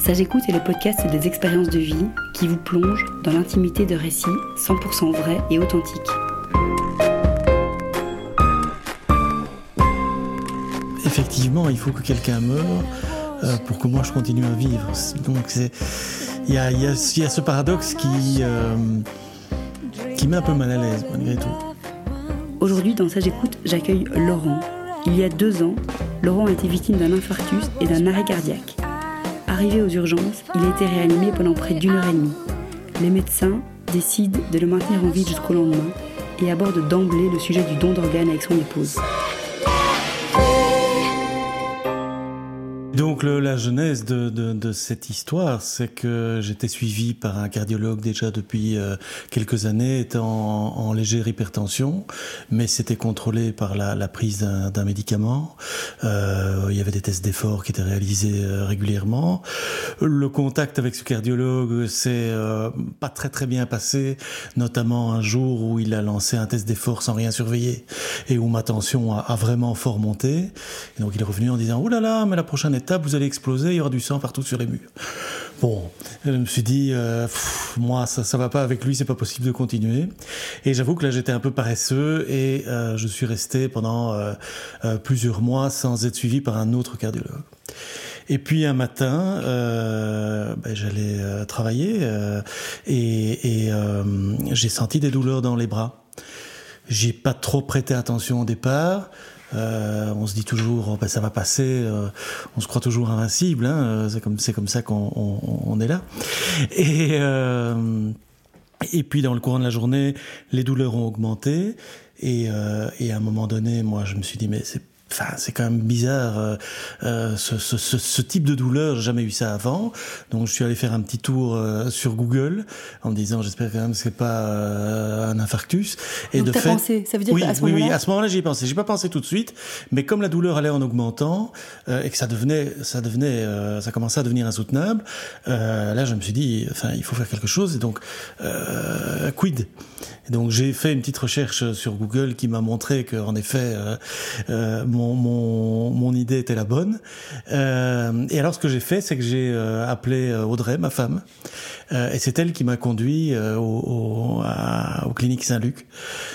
Sage Écoute est le podcast des expériences de vie qui vous plonge dans l'intimité de récits 100% vrais et authentiques. Effectivement, il faut que quelqu'un meure pour que moi je continue à vivre. Donc il y a ce paradoxe qui met un peu mal à l'aise malgré tout. Aujourd'hui, dans Sage Écoute, j'accueille Laurent. Il y a 2 ans, Laurent a été victime d'un infarctus et d'un arrêt cardiaque. Arrivé aux urgences, il a été réanimé pendant près d'1h30. Les médecins décident de le maintenir en vie jusqu'au lendemain et abordent d'emblée le sujet du don d'organes avec son épouse. Donc la genèse de cette histoire, c'est que j'étais suivi par un cardiologue déjà depuis quelques années, étant en légère hypertension, mais c'était contrôlé par la prise d'un médicament. Il y avait des tests d'effort qui étaient réalisés régulièrement. Le contact avec ce cardiologue s'est pas très bien passé, notamment un jour où il a lancé un test d'effort sans rien surveiller et où ma tension a vraiment fort monté. Et donc il est revenu en disant « Ouh là là, mais la prochaine étape, vous allez exploser, il y aura du sang partout sur les murs. » Bon, je me suis dit, moi, ça va pas avec lui, c'est pas possible de continuer. Et j'avoue que là, j'étais un peu paresseux et je suis resté pendant plusieurs mois sans être suivi par un autre cardiologue. Et puis un matin, j'allais travailler et j'ai senti des douleurs dans les bras. J'ai pas trop prêté attention au départ. On se dit toujours ça va passer, on se croit toujours invincible, hein, c'est comme ça qu'on est là. Et puis dans le courant de la journée, les douleurs ont augmenté et à un moment donné, moi je me suis dit mais c'est quand même bizarre, ce type de douleur, j'ai jamais eu ça avant. Donc je suis allé faire un petit tour sur Google en me disant j'espère quand même que c'est pas un infarctus. Et donc de t'as fait, pensé, ça veut dire qu'à ce moment-là... Oui, à ce moment-là j'y ai pensé. J'ai pas pensé tout de suite, mais comme la douleur allait en augmentant et que ça commençait à devenir insoutenable, là je me suis dit il faut faire quelque chose. Et donc quid? Et donc j'ai fait une petite recherche sur Google qui m'a montré que en effet mon idée était la bonne. Et alors ce que j'ai fait, c'est que j'ai appelé Audrey, ma femme, et c'est elle qui m'a conduit aux cliniques Saint-Luc.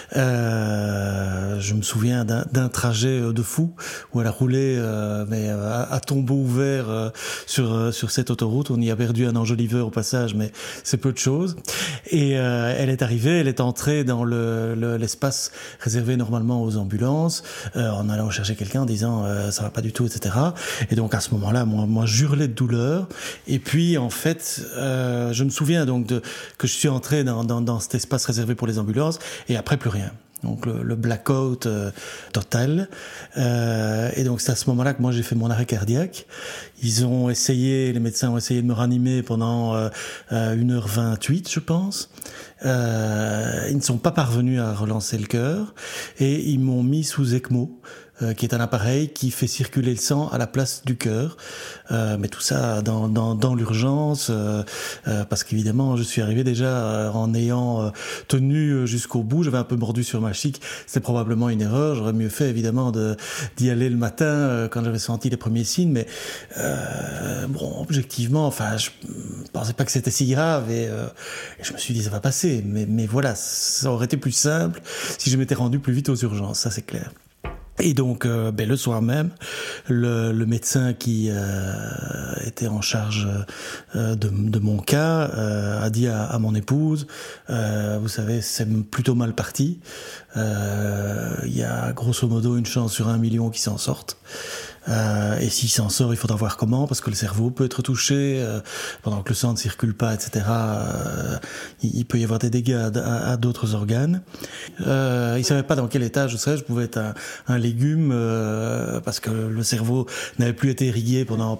Je me souviens d'un trajet de fou où elle a roulé à tombeau ouvert sur cette autoroute. On y a perdu un enjoliveur au passage, mais c'est peu de choses. Et elle est arrivée, elle est entrée dans l'espace réservé normalement aux ambulances, en allant chercher quelqu'un en disant ça va pas du tout, etc. Et donc à ce moment-là, moi j'hurlais de douleur. Et puis en fait, je me souviens donc que je suis entré dans cet espace réservé pour les ambulances et après plus rien. Donc le blackout total. Et donc c'est à ce moment-là que moi j'ai fait mon arrêt cardiaque. Les médecins ont essayé de me ranimer pendant 1h28, je pense. Ils ne sont pas parvenus à relancer le cœur et ils m'ont mis sous ECMO, qui est un appareil qui fait circuler le sang à la place du cœur. Mais tout ça dans l'urgence, parce qu'évidemment, je suis arrivé déjà en ayant tenu jusqu'au bout. J'avais un peu mordu sur ma chic. C'était probablement une erreur. J'aurais mieux fait, évidemment, d'y aller le matin quand j'avais senti les premiers signes. Mais objectivement, je pensais pas que c'était si grave. Et je me suis dit, ça va passer. Mais voilà, ça aurait été plus simple si je m'étais rendu plus vite aux urgences. Ça, c'est clair. Et donc, le soir même, le médecin qui était en charge de mon cas a dit à mon épouse, vous savez, c'est plutôt mal parti. Il y a grosso modo une chance sur 1 million qui s'en sortent. Et s'il s'en sort, il faudra voir comment, parce que le cerveau peut être touché pendant que le sang ne circule pas, etc. Il peut y avoir des dégâts à d'autres organes. Il savait pas dans quel état je serais. Je pouvais être un légume parce que le cerveau n'avait plus été irrigué pendant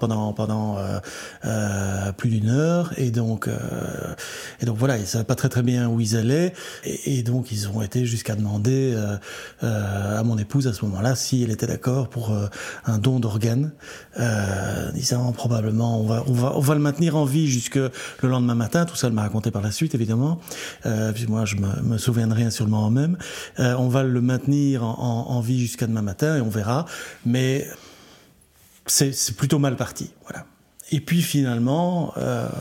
plus d'1 heure, et donc voilà, ils savaient pas très bien où ils allaient, et donc ils ont été jusqu'à demander à mon épouse à ce moment-là si elle était d'accord pour un don d'organes, disant probablement on va le maintenir en vie jusque le lendemain matin. Tout ça elle m'a raconté par la suite, évidemment, puis moi je me souviens de rien sur le moment même. On va le maintenir en vie jusqu'à demain matin et on verra, mais c'est plutôt mal parti, voilà. Et puis finalement,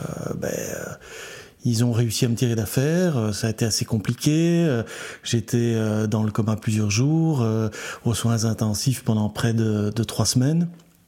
ils ont réussi à me tirer d'affaire, ça a été assez compliqué, j'étais dans le coma plusieurs jours, aux soins intensifs pendant près de 3 semaines.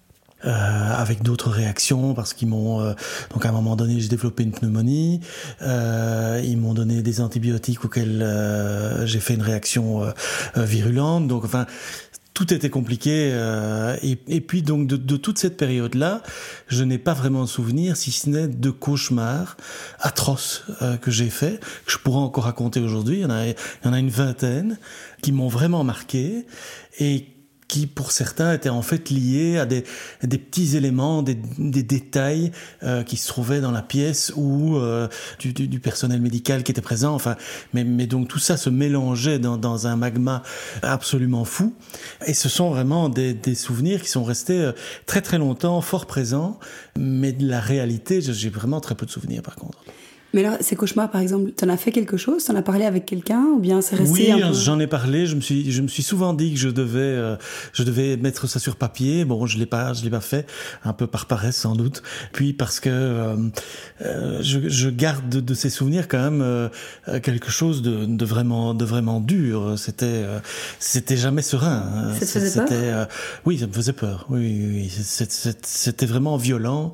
Avec d'autres réactions parce qu'ils m'ont donc à un moment donné j'ai développé une pneumonie, ils m'ont donné des antibiotiques auxquels j'ai fait une réaction virulente, donc enfin tout était compliqué et puis donc de toute cette période-là, je n'ai pas vraiment de souvenir si ce n'est de cauchemars atroces que j'ai fait, que je pourrais encore raconter aujourd'hui. Il y en a une vingtaine qui m'ont vraiment marqué et qui pour certains étaient en fait liés à des petits éléments, des détails qui se trouvaient dans la pièce ou du personnel médical qui était présent. Enfin, mais donc tout ça se mélangeait dans un magma absolument fou. Et ce sont vraiment des souvenirs qui sont restés très très longtemps, fort présents. Mais de la réalité, j'ai vraiment très peu de souvenirs par contre. Mais alors, ces cauchemars, par exemple, t'en as fait quelque chose? T'en as parlé avec quelqu'un? Ou bien c'est resté un peu... Oui, j'en ai parlé. Je me suis souvent dit que je devais mettre ça sur papier. Bon, je l'ai pas fait. Un peu par paresse, sans doute. Puis parce que je garde de ces souvenirs quand même quelque chose de vraiment dur. C'était jamais serein. Ça te faisait peur? Oui, ça me faisait peur. Oui. C'était vraiment violent.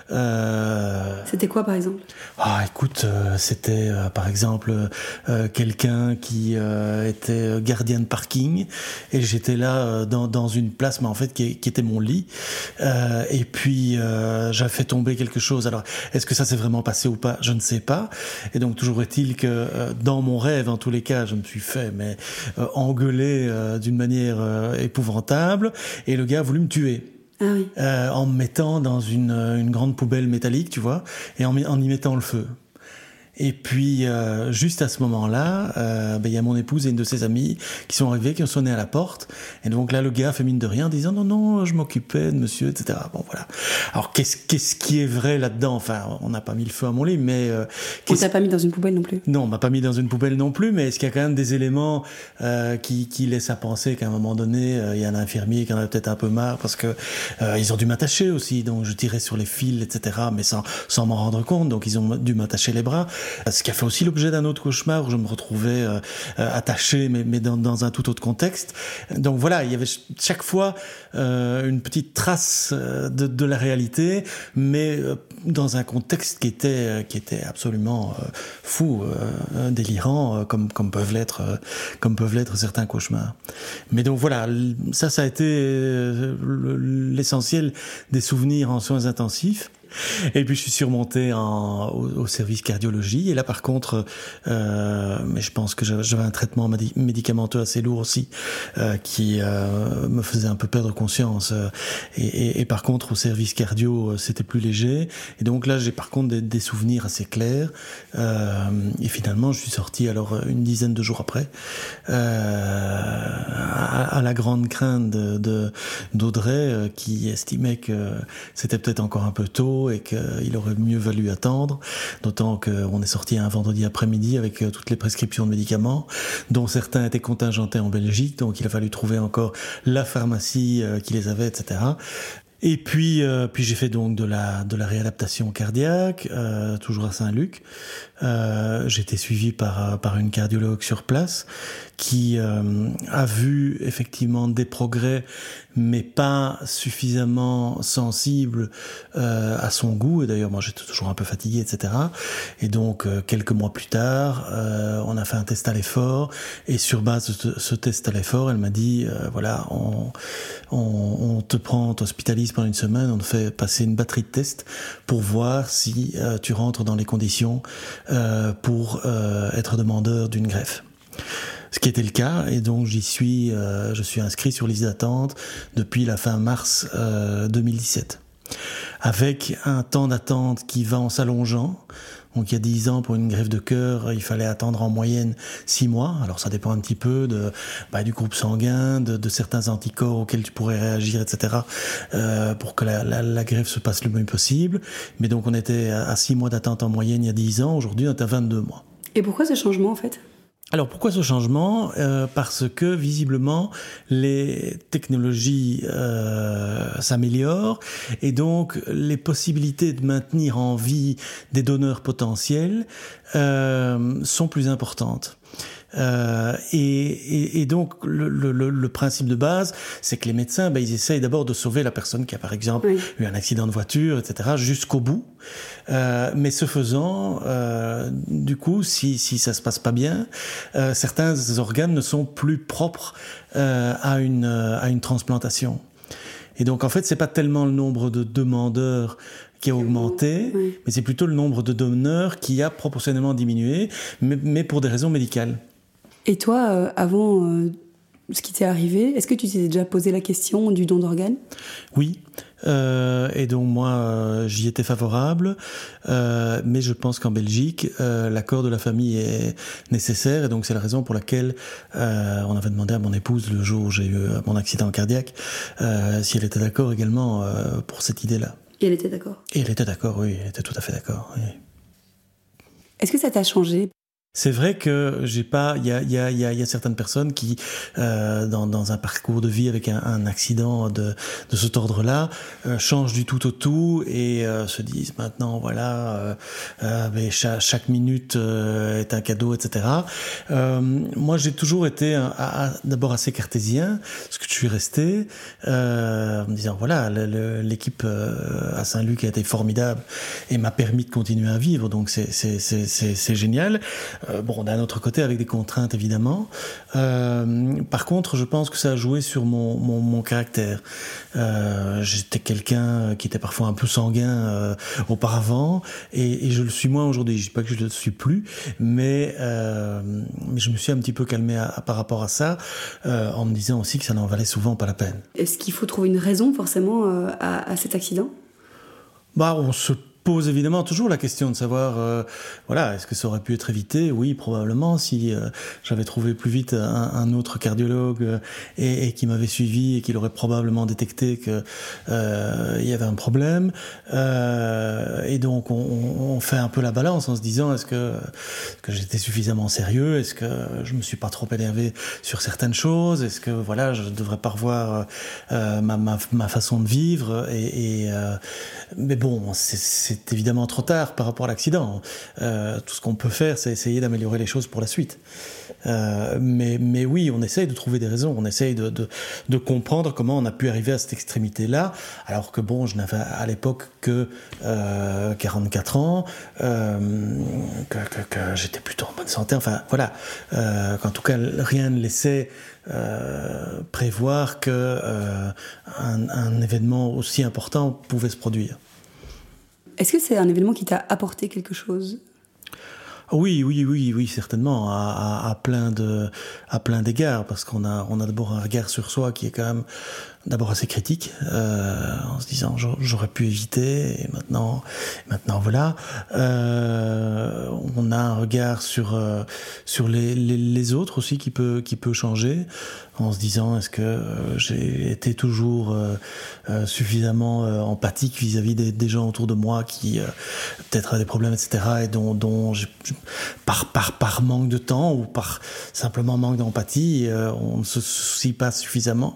C'était quoi, par exemple? Écoute, c'était par exemple quelqu'un qui était gardien de parking et j'étais là dans une place mais en fait qui était mon lit et puis j'avais fait tomber quelque chose. Alors est-ce que ça s'est vraiment passé ou pas? Je ne sais pas. Et donc toujours est-il que dans mon rêve en tous les cas je me suis fait engueuler d'une manière épouvantable et le gars a voulu me tuer. Ah oui. En me mettant dans une grande poubelle métallique, tu vois, et en y mettant le feu. Et puis, juste à ce moment-là, y a mon épouse et une de ses amies qui sont arrivées, qui ont sonné à la porte. Et donc là, le gars fait mine de rien, en disant non, je m'occupais de monsieur, etc. Bon, voilà. Alors, qu'est-ce qui est vrai là-dedans? Enfin, on n'a pas mis le feu à mon lit, mais... on t'a pas mis dans une poubelle non plus? Non, on m'a pas mis dans une poubelle non plus, mais est-ce qu'il y a quand même des éléments qui laissent à penser qu'à un moment donné, il y a un infirmier qui en a peut-être un peu marre, parce que ils ont dû m'attacher aussi, donc je tirais sur les fils, etc., mais sans m'en rendre compte, donc ils ont dû m'attacher les bras. Ce qui a fait aussi l'objet d'un autre cauchemar où je me retrouvais attaché, mais dans un tout autre contexte. Donc voilà, il y avait chaque fois une petite trace de la réalité, mais dans un contexte qui était absolument fou, délirant, comme peuvent l'être certains cauchemars. Mais donc voilà, ça a été l'essentiel des souvenirs en soins intensifs. Et puis je suis surmonté au service cardiologie et là par contre mais je pense que j'avais un traitement médicamenteux assez lourd aussi qui me faisait un peu perdre conscience et par contre au service cardio c'était plus léger et donc là j'ai par contre des souvenirs assez clairs et finalement je suis sorti alors une dizaine de jours après à la grande crainte d'Audrey qui estimait que c'était peut-être encore un peu tôt et qu'il aurait mieux valu attendre, d'autant qu'on est sorti un vendredi après-midi avec toutes les prescriptions de médicaments, dont certains étaient contingentés en Belgique, donc il a fallu trouver encore la pharmacie qui les avait, etc. Et puis j'ai fait donc de la réadaptation cardiaque, toujours à Saint-Luc. J'ai été suivi par une cardiologue sur place qui a vu effectivement des progrès, mais pas suffisamment sensibles à son goût. Et d'ailleurs, moi, j'étais toujours un peu fatigué, etc. Et donc, quelques mois plus tard, on a fait un test à l'effort. Et sur base de ce test à l'effort, elle m'a dit, voilà, on t'hospitalise pendant une semaine, on te fait passer une batterie de tests pour voir si tu rentres dans les conditions pour être demandeur d'une greffe. Ce qui était le cas, et donc je suis inscrit sur liste d'attente depuis la fin mars 2017. Avec un temps d'attente qui va en s'allongeant. Donc il y a 10 ans, pour une greffe de cœur, il fallait attendre en moyenne 6 mois. Alors ça dépend un petit peu du groupe sanguin, de certains anticorps auxquels tu pourrais réagir, etc. Pour que la greffe se passe le mieux possible. Mais donc on était à 6 mois d'attente en moyenne il y a 10 ans. Aujourd'hui, on est à 22 mois. Et pourquoi ce changement en fait ? Alors pourquoi ce changement ? Parce que visiblement les technologies s'améliorent et donc les possibilités de maintenir en vie des donneurs potentiels sont plus importantes. Et donc le principe de base, c'est que les médecins, ils essayent d'abord de sauver la personne qui a par exemple eu un accident de voiture, etc., jusqu'au bout. Mais ce faisant, du coup, si ça se passe pas bien, certains organes ne sont plus propres à une transplantation. Et donc en fait, c'est pas tellement le nombre de demandeurs qui a augmenté, mais c'est plutôt le nombre de donneurs qui a proportionnellement diminué, mais pour des raisons médicales. Et toi, avant ce qui t'est arrivé, est-ce que tu t'es déjà posé la question du don d'organes ? Oui, et donc moi j'y étais favorable, mais je pense qu'en Belgique l'accord de la famille est nécessaire, et donc c'est la raison pour laquelle on avait demandé à mon épouse le jour où j'ai eu mon accident cardiaque si elle était d'accord également pour cette idée-là. Et elle était d'accord ? Et elle était d'accord, oui, elle était tout à fait d'accord. Oui. Est-ce que ça t'a changé ? C'est vrai que j'ai pas, il y a certaines personnes qui, dans un parcours de vie avec un accident de cet ordre-là, changent du tout au tout et se disent maintenant voilà, mais chaque minute est un cadeau, etc. Moi, j'ai toujours été d'abord assez cartésien, parce que je suis resté en me disant voilà, l'équipe à Saint-Luc a été formidable et m'a permis de continuer à vivre, donc c'est génial. Bon, d'un autre côté, avec des contraintes, évidemment. Par contre, je pense que ça a joué sur mon caractère. J'étais quelqu'un qui était parfois un peu sanguin auparavant, et je le suis moins aujourd'hui. Je dis pas que je le suis plus, mais je me suis un petit peu calmé par rapport à ça, en me disant aussi que ça n'en valait souvent pas la peine. Est-ce qu'il faut trouver une raison, forcément, à cet accident ? On se pose évidemment toujours la question de savoir, voilà, est-ce que ça aurait pu être évité ? Oui, probablement, si j'avais trouvé plus vite un autre cardiologue et qui m'avait suivi et qu'il aurait probablement détecté que il y avait un problème. Et donc, on fait un peu la balance en se disant, est-ce que j'étais suffisamment sérieux ? Est-ce que je me suis pas trop énervé sur certaines choses ? Est-ce que, voilà, je devrais pas revoir ma façon de vivre ? Mais bon, c'est évidemment trop tard par rapport à l'accident. Tout ce qu'on peut faire, c'est essayer d'améliorer les choses pour la suite. Mais oui, on essaye de trouver des raisons, on essaye de comprendre comment on a pu arriver à cette extrémité-là, alors que bon, je n'avais à l'époque que 44 ans, que j'étais plutôt en bonne santé, enfin voilà, qu'en tout cas rien ne laissait prévoir que un événement aussi important pouvait se produire. Est-ce que c'est un événement qui t'a apporté quelque chose ? Oui, certainement, à plein d'égards, parce qu'on a d'abord un regard sur soi qui est quand même d'abord assez critique, en se disant j'aurais pu éviter, et maintenant voilà. On a un regard sur les autres aussi qui peut changer, en se disant est-ce que j'ai été toujours suffisamment empathique vis-à-vis des gens autour de moi qui peut-être avaient des problèmes, etc., et dont par manque de temps ou par simplement manque d'empathie, on ne se soucie pas suffisamment.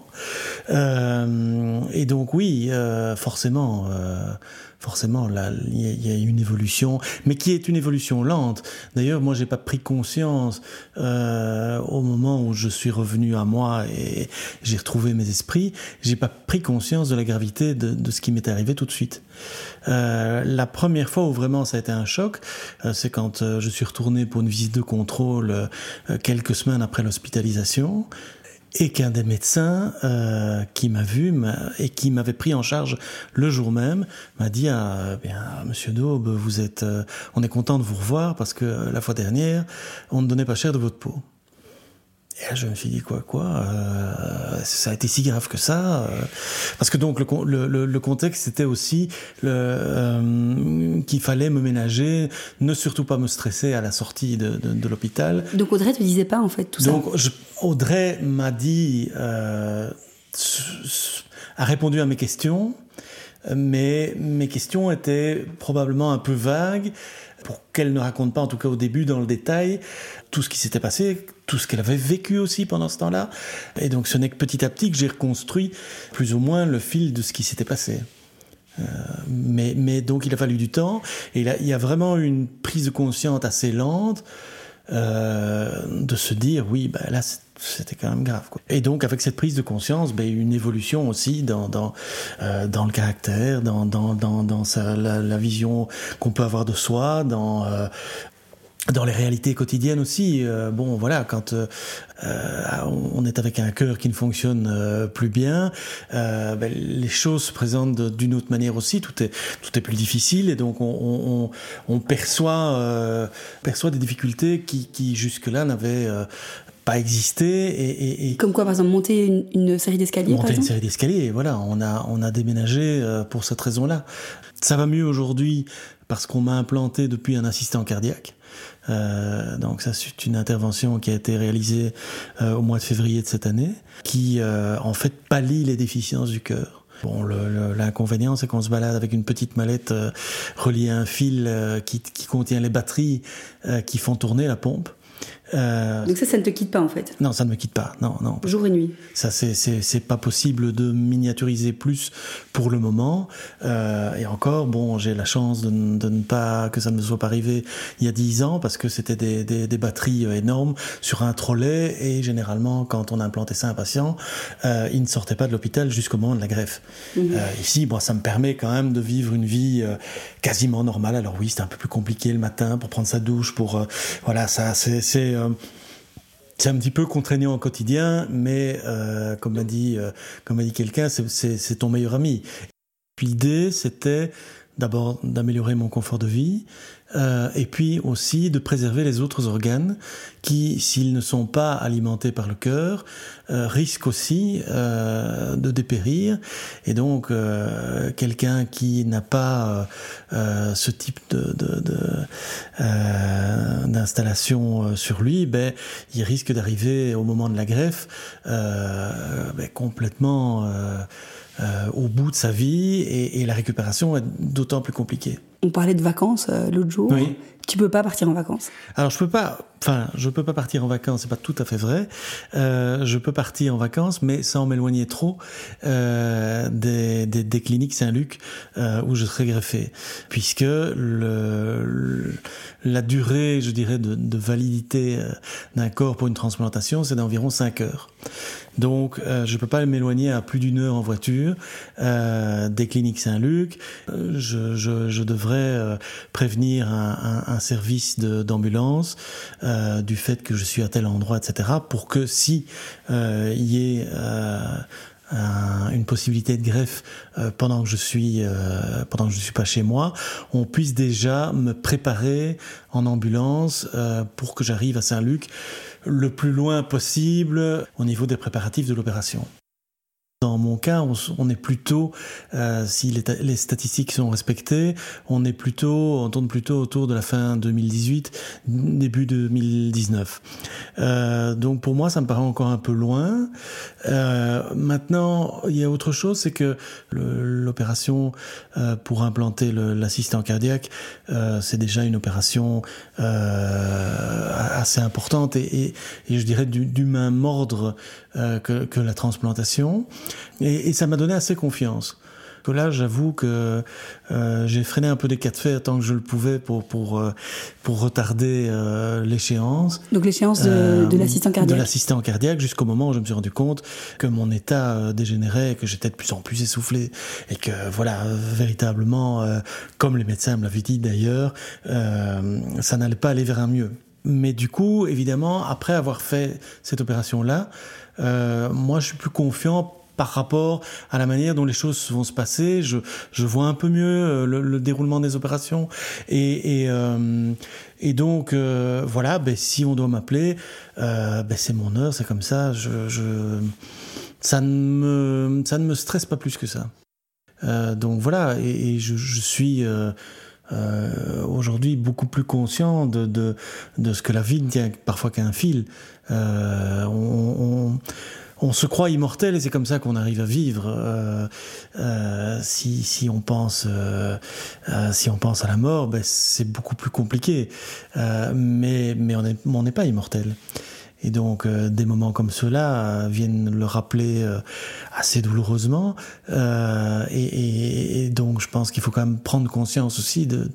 Et donc oui, forcément, là, il y a une évolution, mais qui est une évolution lente. D'ailleurs, moi, j'ai pas pris conscience au moment où je suis revenu à moi et j'ai retrouvé mes esprits. J'ai pas pris conscience de la gravité de ce qui m'est arrivé tout de suite. La première fois où vraiment ça a été un choc, c'est quand je suis retourné pour une visite de contrôle quelques semaines après l'hospitalisation. Et qu'un des médecins qui m'a vu et qui m'avait pris en charge le jour même m'a dit Monsieur Daube, on est content de vous revoir parce que la fois dernière on ne donnait pas cher de votre peau. Et là, je me suis dit quoi ça a été si grave que ça parce que donc le contexte c'était aussi qu'il fallait me ménager, ne surtout pas me stresser à la sortie de l'hôpital. Donc Audrey te disait pas en fait tout ça. Donc Audrey m'a dit a répondu à mes questions, mais mes questions étaient probablement un peu vagues. pour qu'elle ne raconte pas, en tout cas au début, dans le détail, tout ce qui s'était passé, tout ce qu'elle avait vécu aussi pendant ce temps-là. Et donc ce n'est que petit à petit que j'ai reconstruit plus ou moins le fil de ce qui s'était passé. Mais donc il a fallu du temps, et il y a vraiment une prise de conscience assez lente, de se dire oui, là c'était quand même grave, quoi. Et donc avec cette prise de conscience, une évolution aussi dans le caractère, dans la vision qu'on peut avoir de soi, dans les réalités quotidiennes aussi. Quand on est avec un cœur qui ne fonctionne plus bien, les choses se présentent d'une autre manière aussi. Tout est plus difficile, et donc on perçoit des difficultés qui jusque-là n'avaient pas existé. Et comme quoi, par exemple, monter une série d'escaliers. Monter une série d'escaliers, voilà. On a déménagé pour cette raison-là. Ça va mieux aujourd'hui parce qu'on m'a implanté depuis un assistant cardiaque. Donc ça, c'est une intervention qui a été réalisée au mois de février de cette année, qui en fait pallie les déficiences du cœur. Bon, l'inconvénient, c'est qu'on se balade avec une petite mallette reliée à un fil qui contient les batteries qui font tourner la pompe. Donc ça ne te quitte pas, en fait? Non, ça ne me quitte pas, non. Jour et nuit. Ça, c'est pas possible de miniaturiser plus pour le moment. Et encore, j'ai la chance de ne pas, que ça ne me soit pas arrivé il y a 10 ans, parce que c'était des batteries énormes sur un trolley, et généralement, quand on implantait ça à un patient, il ne sortait pas de l'hôpital jusqu'au moment de la greffe. Ici, ça me permet quand même de vivre une vie quasiment normale. Alors oui, c'était un peu plus compliqué le matin pour prendre sa douche, c'est un petit peu contraignant au quotidien, mais comme m'a dit quelqu'un, c'est ton meilleur ami. Puis l'idée, c'était d'abord d'améliorer mon confort de vie, et puis aussi de préserver les autres organes qui, s'ils ne sont pas alimentés par le cœur, risquent aussi de dépérir. Et donc, quelqu'un qui n'a pas ce type d'installation sur lui, il risque d'arriver au moment de la greffe complètement au bout de sa vie, et la récupération est d'autant plus compliquée. On parlait de vacances l'autre jour. Oui. Tu peux pas partir en vacances? Alors je peux pas partir en vacances, c'est pas tout à fait vrai. Je peux partir en vacances, mais sans m'éloigner trop des cliniques Saint-Luc où je serai greffé, puisque la durée, je dirais, de validité d'un corps pour une transplantation, c'est d'environ 5 heures. Donc, je peux pas m'éloigner à plus d'1 heure en voiture des cliniques Saint-Luc. Je devrais prévenir un service d'ambulance du fait que je suis à tel endroit, etc., pour que si y ait une possibilité de greffe pendant que je suis pas chez moi, on puisse déjà me préparer en ambulance pour que j'arrive à Saint-Luc le plus loin possible au niveau des préparatifs de l'opération. Dans mon cas, on est plutôt, si les statistiques sont respectées, on tourne plutôt autour de la fin 2018, début 2019. Donc pour moi, ça me paraît encore un peu loin. Maintenant, il y a autre chose, c'est que l'opération pour implanter l'assistant cardiaque, c'est déjà une opération assez importante et je dirais du même ordre que la transplantation. Et ça m'a donné assez confiance. Que là, j'avoue que j'ai freiné un peu des cas de fer tant que je le pouvais pour retarder l'échéance. Donc l'échéance de l'assistant cardiaque. De l'assistant cardiaque, jusqu'au moment où je me suis rendu compte que mon état dégénérait, que j'étais de plus en plus essoufflé, et que véritablement, comme les médecins me l'avaient dit d'ailleurs, ça n'allait pas aller vers un mieux. Mais du coup, évidemment, après avoir fait cette opération-là, moi, je suis plus confiant par rapport à la manière dont les choses vont se passer. Je vois un peu mieux le déroulement des opérations. Et donc, si on doit m'appeler, c'est mon heure, c'est comme ça. Ça ne me stresse pas plus que ça. Donc voilà, et je suis aujourd'hui beaucoup plus conscient de ce que la vie ne tient parfois qu'à un fil. on se croit immortel et c'est comme ça qu'on arrive à vivre. Si on pense à la mort, c'est beaucoup plus compliqué. Mais on n'est pas immortel. Et donc, des moments comme ceux-là viennent le rappeler assez douloureusement. Et donc, je pense qu'il faut quand même prendre conscience aussi de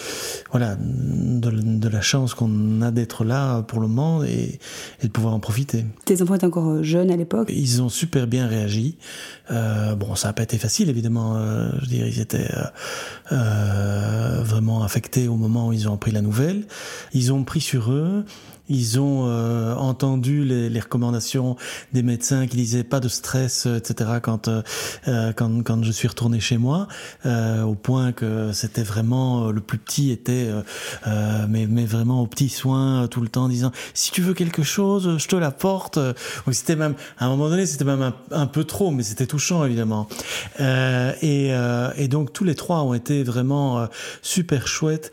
la chance qu'on a d'être là pour le moment et de pouvoir en profiter. Tes enfants étaient encore jeunes à l'époque ? Ils ont super bien réagi. Ça n'a pas été facile, évidemment. Je dirais, ils étaient vraiment affectés au moment où ils ont appris la nouvelle. Ils ont pris sur eux. Ils ont entendu les recommandations des médecins qui disaient pas de stress, etc. Quand je suis retourné chez moi, au point que c'était vraiment le plus petit était mais vraiment aux petits soins tout le temps, disant si tu veux quelque chose, je te l'apporte. Donc c'était même à un moment donné, c'était même un peu trop, mais c'était touchant évidemment. Et donc tous les trois ont été vraiment super chouettes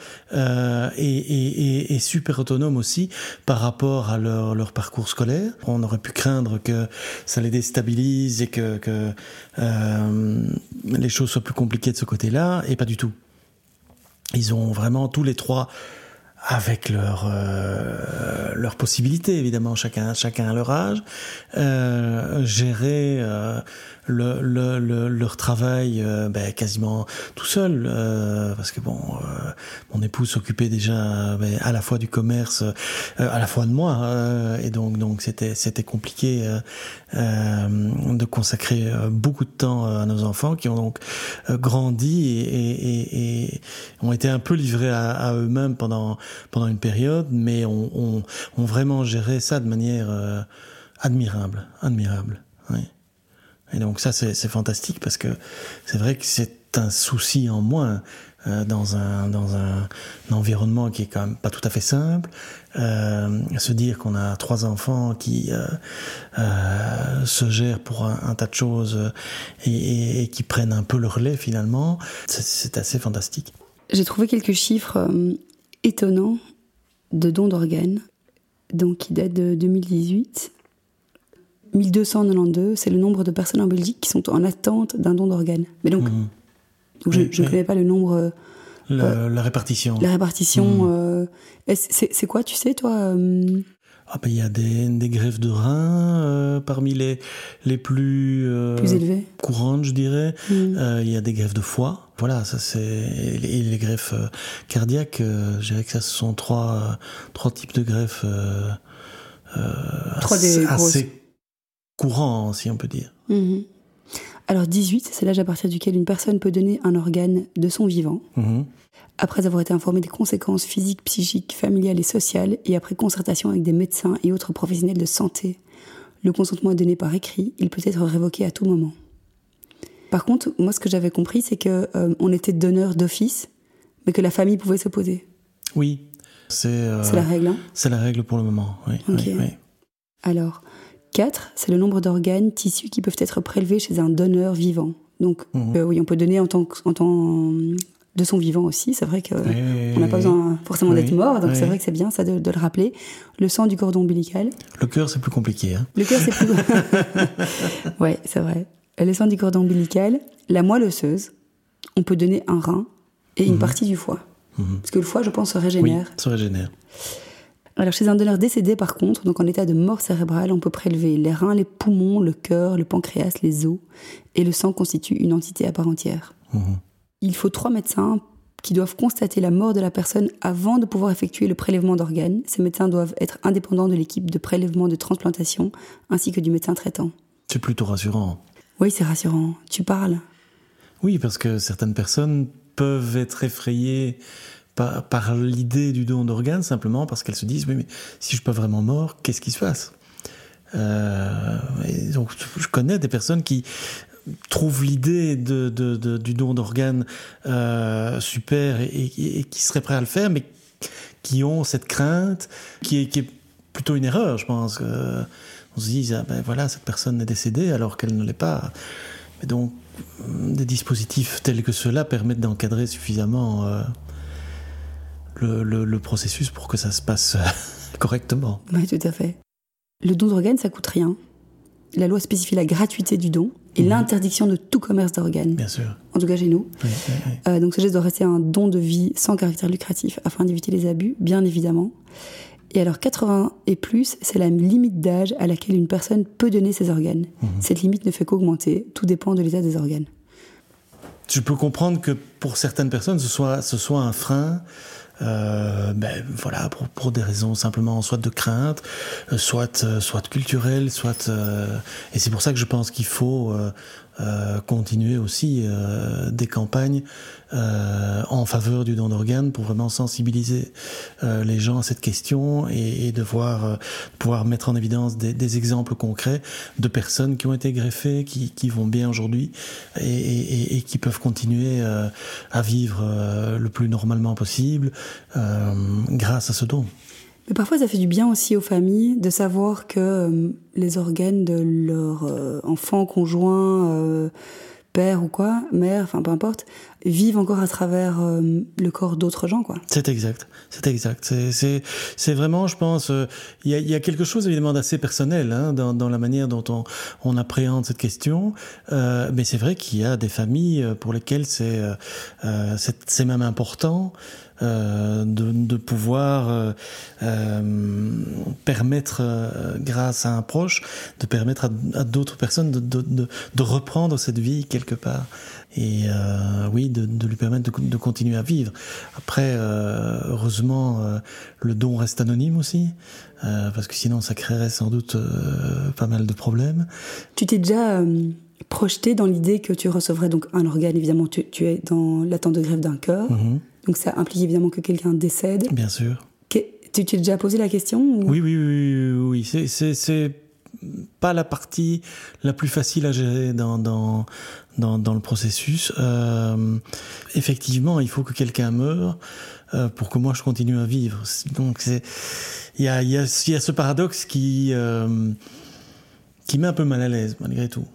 et super autonomes aussi. Par rapport à leur parcours scolaire. On aurait pu craindre que ça les déstabilise et que les choses soient plus compliquées de ce côté-là, et pas du tout. Ils ont vraiment tous les trois, avec leurs possibilités, évidemment, chacun à leur âge, gérer leur travail quasiment tout seul, parce que mon épouse s'occupait déjà à la fois du commerce, à la fois de moi, et donc c'était compliqué de consacrer beaucoup de temps à nos enfants qui ont donc grandi et ont été un peu livrés à eux-mêmes pendant une période, mais ont vraiment géré ça de manière admirable. Oui. Et donc ça c'est fantastique parce que c'est vrai que c'est un souci en moins dans un environnement qui est quand même pas tout à fait simple. Se dire qu'on a 3 enfants qui se gèrent pour un tas de choses et qui prennent un peu le relais finalement, c'est assez fantastique. J'ai trouvé quelques chiffres étonnants de dons d'organes, donc qui datent de 2018. 1292, c'est le nombre de personnes en Belgique qui sont en attente d'un don d'organes. Mais donc, je ne connais pas le nombre... la répartition. La répartition, c'est quoi, tu sais, toi il y a des greffes de reins parmi les plus élevées, courantes, je dirais. Il y a des greffes de foie. Voilà, ça c'est et les greffes cardiaques. Je dirais que ça ce sont trois types de greffes assez courants, si on peut dire. Alors 18, c'est l'âge à partir duquel une personne peut donner un organe de son vivant. Après avoir été informé des conséquences physiques, psychiques, familiales et sociales, et après concertation avec des médecins et autres professionnels de santé, le consentement est donné par écrit, il peut être révoqué à tout moment. Par contre, moi ce que j'avais compris, c'est qu'on était donneur d'office, mais que la famille pouvait s'opposer. Oui, c'est la règle, hein ? C'est la règle pour le moment, oui. Okay. Oui. Alors, 4, c'est le nombre d'organes, tissus qui peuvent être prélevés chez un donneur vivant. Donc, oui, on peut donner en tant de son vivant aussi. C'est vrai qu'on n'a pas besoin forcément d'être mort, donc c'est vrai que c'est bien ça de le rappeler. Le sang du cordon ombilical. Le cœur, c'est plus compliqué. Hein. Le cœur, c'est plus... Oui, c'est vrai. Le sang du cordon ombilical, la moelle osseuse, on peut donner un rein et une partie du foie. Parce que le foie, je pense, se régénère. Oui, se régénère. Alors, chez un donneur décédé, par contre, donc en état de mort cérébrale, on peut prélever les reins, les poumons, le cœur, le pancréas, les os, et le sang constitue une entité à part entière. Il faut 3 médecins qui doivent constater la mort de la personne avant de pouvoir effectuer le prélèvement d'organes. Ces médecins doivent être indépendants de l'équipe de prélèvement de transplantation, ainsi que du médecin traitant. C'est plutôt rassurant. Oui, c'est rassurant. Tu parles ? Oui, parce que certaines personnes peuvent être effrayées par l'idée du don d'organes, simplement parce qu'elles se disent « Oui, mais si je suis pas vraiment mort, qu'est-ce qui se passe ?» Et donc, je connais des personnes qui trouvent l'idée du don d'organes super et qui seraient prêts à le faire, mais qui ont cette crainte qui est plutôt une erreur, je pense. On se dit cette personne est décédée alors qu'elle ne l'est pas. Mais donc, des dispositifs tels que ceux-là permettent d'encadrer suffisamment le processus pour que ça se passe correctement. Oui, tout à fait. Le don d'organes, ça coûte rien. la loi spécifie la gratuité du don et l'interdiction de tout commerce d'organes. Bien sûr. En tout cas chez nous. Oui. Donc ce geste doit rester un don de vie sans caractère lucratif afin d'éviter les abus, bien évidemment. Et alors 80 et plus, c'est la limite d'âge à laquelle une personne peut donner ses organes. Cette limite ne fait qu'augmenter, tout dépend de l'état des organes. Je peux comprendre que pour certaines personnes, ce soit un frein, voilà, pour des raisons simplement soit de crainte, soit culturelles, et c'est pour ça que je pense qu'il faut continuer aussi des campagnes en faveur du don d'organes pour vraiment sensibiliser les gens à cette question et de pouvoir mettre en évidence des exemples concrets de personnes qui ont été greffées, qui vont bien aujourd'hui et qui peuvent continuer à vivre le plus normalement possible grâce à ce don. Mais parfois, ça fait du bien aussi aux familles de savoir que les organes de leur enfant, conjoint, père ou quoi, mère, enfin peu importe, vivent encore à travers le corps d'autres gens, quoi. C'est exact. C'est vraiment, je pense, il y a quelque chose évidemment d'assez personnel dans la manière dont on appréhende cette question, mais c'est vrai qu'il y a des familles pour lesquelles c'est même important. De pouvoir permettre, grâce à un proche, de permettre à d'autres personnes de reprendre cette vie quelque part et de lui permettre de continuer à vivre. Après, heureusement, le don reste anonyme aussi, parce que sinon ça créerait sans doute pas mal de problèmes. Tu t'es déjà projeté dans l'idée que tu recevrais donc un organe, évidemment tu es dans l'attente de greffe d'un cœur. Donc ça implique évidemment que quelqu'un décède. Bien sûr. Tu t'es déjà posé la question ou... Oui. C'est pas la partie la plus facile à gérer dans le processus. Effectivement, il faut que quelqu'un meure pour que moi je continue à vivre. Donc il y a ce paradoxe qui met un peu mal à l'aise malgré tout.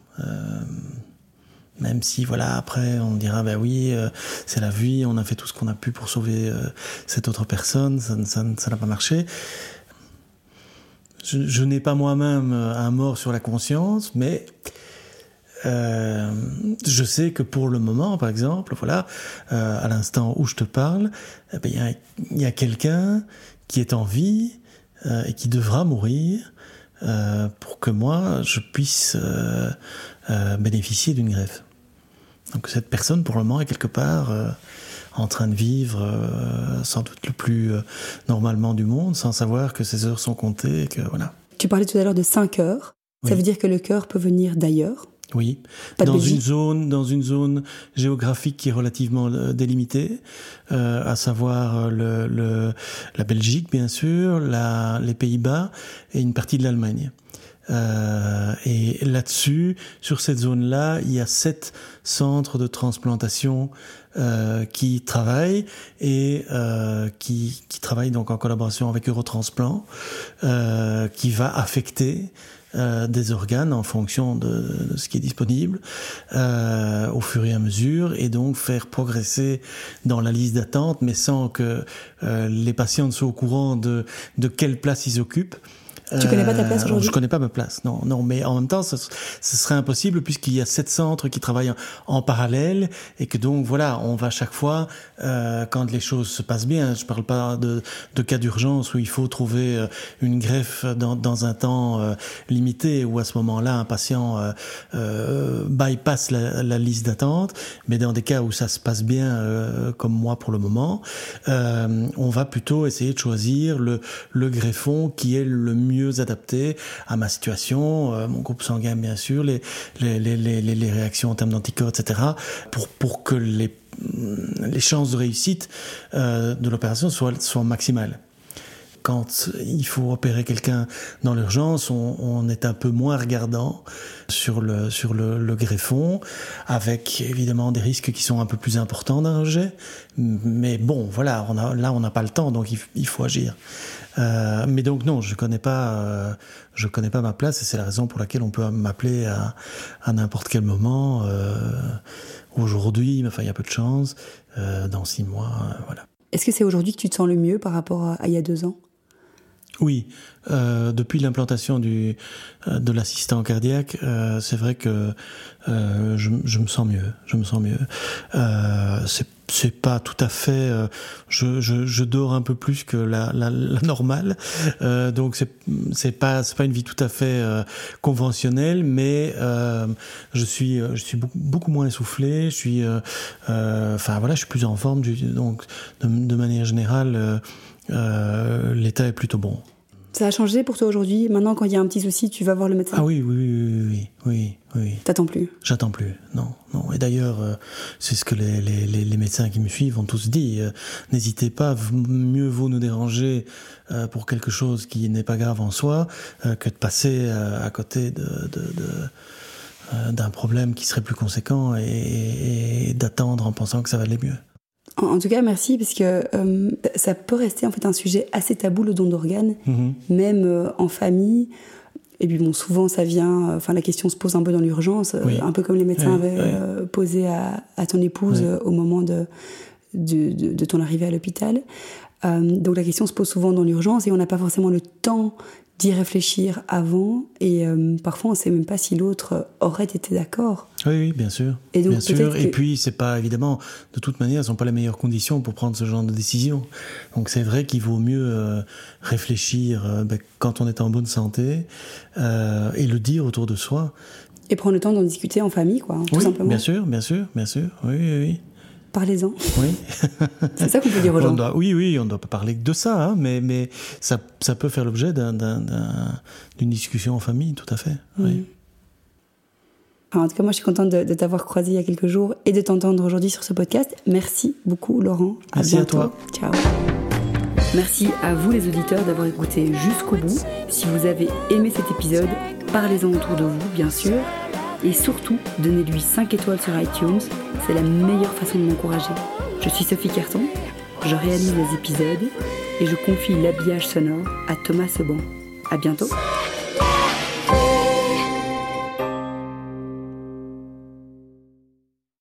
Même si, voilà, après, on dira, c'est la vie, on a fait tout ce qu'on a pu pour sauver cette autre personne, ça n'a pas marché. Je n'ai pas moi-même un mort sur la conscience, mais je sais que pour le moment, par exemple, voilà, à l'instant où je te parle, il y a quelqu'un qui est en vie et qui devra mourir pour que moi, je puisse bénéficier d'une greffe. Donc cette personne, pour le moment, est quelque part en train de vivre sans doute le plus normalement du monde, sans savoir que ses heures sont comptées. Que, voilà. Tu parlais tout à l'heure de 5 heures. Oui. Ça veut dire que le cœur peut venir d'ailleurs? Oui, dans une zone géographique qui est relativement délimitée, à savoir la Belgique, bien sûr, les Pays-Bas et une partie de l'Allemagne. Et là-dessus, sur cette zone-là, il y a 7 centres de transplantation qui travaillent et qui travaillent donc en collaboration avec Eurotransplant, qui va affecter des organes en fonction de ce qui est disponible au fur et à mesure, et donc faire progresser dans la liste d'attente, mais sans que les patients soient au courant de quelle place ils occupent. Tu connais pas ta place aujourd'hui? Je connais pas ma place, non, mais en même temps, ce serait impossible puisqu'il y a 7 centres qui travaillent en parallèle et que donc voilà, on va chaque fois quand les choses se passent bien. Je parle pas de cas d'urgence où il faut trouver une greffe dans un temps limité, où à ce moment-là un patient bypass la liste d'attente, mais dans des cas où ça se passe bien, comme moi pour le moment, on va plutôt essayer de choisir le greffon qui est le mieux adapté à ma situation, mon groupe sanguin bien sûr, les réactions en termes d'anticorps, etc., pour que les chances de réussite de l'opération soient maximales. Quand il faut opérer quelqu'un dans l'urgence, on est un peu moins regardant sur le greffon, avec évidemment des risques qui sont un peu plus importants d'un rejet. Mais bon, voilà, on n'a pas le temps, donc il faut agir. Mais donc non, je connais pas ma place, et c'est la raison pour laquelle on peut m'appeler à n'importe quel moment. Aujourd'hui, enfin il y a peu de chance. Dans 6 mois, voilà. Est-ce que c'est aujourd'hui que tu te sens le mieux par rapport à il y a 2 ans? Oui, depuis l'implantation de l'assistant cardiaque, c'est vrai que je me sens mieux. C'est pas tout à fait. Je dors un peu plus que la normale, donc c'est pas une vie tout à fait conventionnelle, mais je suis beaucoup moins essoufflé. Je suis plus en forme. Donc de manière générale, l'état est plutôt bon. Ça a changé pour toi aujourd'hui? Maintenant, quand il y a un petit souci, tu vas voir le médecin? Ah oui. T'attends plus? J'attends plus, non. Et d'ailleurs, c'est ce que les médecins qui me suivent ont tous dit. N'hésitez pas, mieux vaut nous déranger pour quelque chose qui n'est pas grave en soi que de passer à côté d'un problème qui serait plus conséquent et d'attendre en pensant que ça va aller mieux. En tout cas, merci, parce que ça peut rester en fait un sujet assez tabou, le don d'organes, même en famille. Et puis bon, souvent ça vient, la question se pose un peu dans l'urgence, un peu comme les médecins avaient posé à ton épouse au moment de ton arrivée à l'hôpital. Donc la question se pose souvent dans l'urgence et on n'a pas forcément le temps d'y réfléchir avant, et parfois on ne sait même pas si l'autre aurait été d'accord. Oui, bien sûr. Et donc, bien sûr. Et puis c'est pas, évidemment, de toute manière, ce ne sont pas les meilleures conditions pour prendre ce genre de décision. Donc c'est vrai qu'il vaut mieux réfléchir quand on est en bonne santé et le dire autour de soi. Et prendre le temps d'en discuter en famille, quoi, tout simplement. Bien sûr. Oui. Parlez-en. Oui. C'est ça qu'on peut dire aux gens. On ne doit pas parler que de ça, hein, mais ça peut faire l'objet d'une discussion en famille, tout à fait. Oui. En tout cas, moi, je suis contente de t'avoir croisé il y a quelques jours et de t'entendre aujourd'hui sur ce podcast. Merci beaucoup, Laurent. Merci à toi. Ciao. Merci à vous, les auditeurs, d'avoir écouté jusqu'au bout. Si vous avez aimé cet épisode, parlez-en autour de vous, bien sûr. Et surtout, donnez-lui 5 étoiles sur iTunes. C'est la meilleure façon de m'encourager. Je suis Sophie Carton, je réalise les épisodes et je confie l'habillage sonore à Thomas Seban. À bientôt.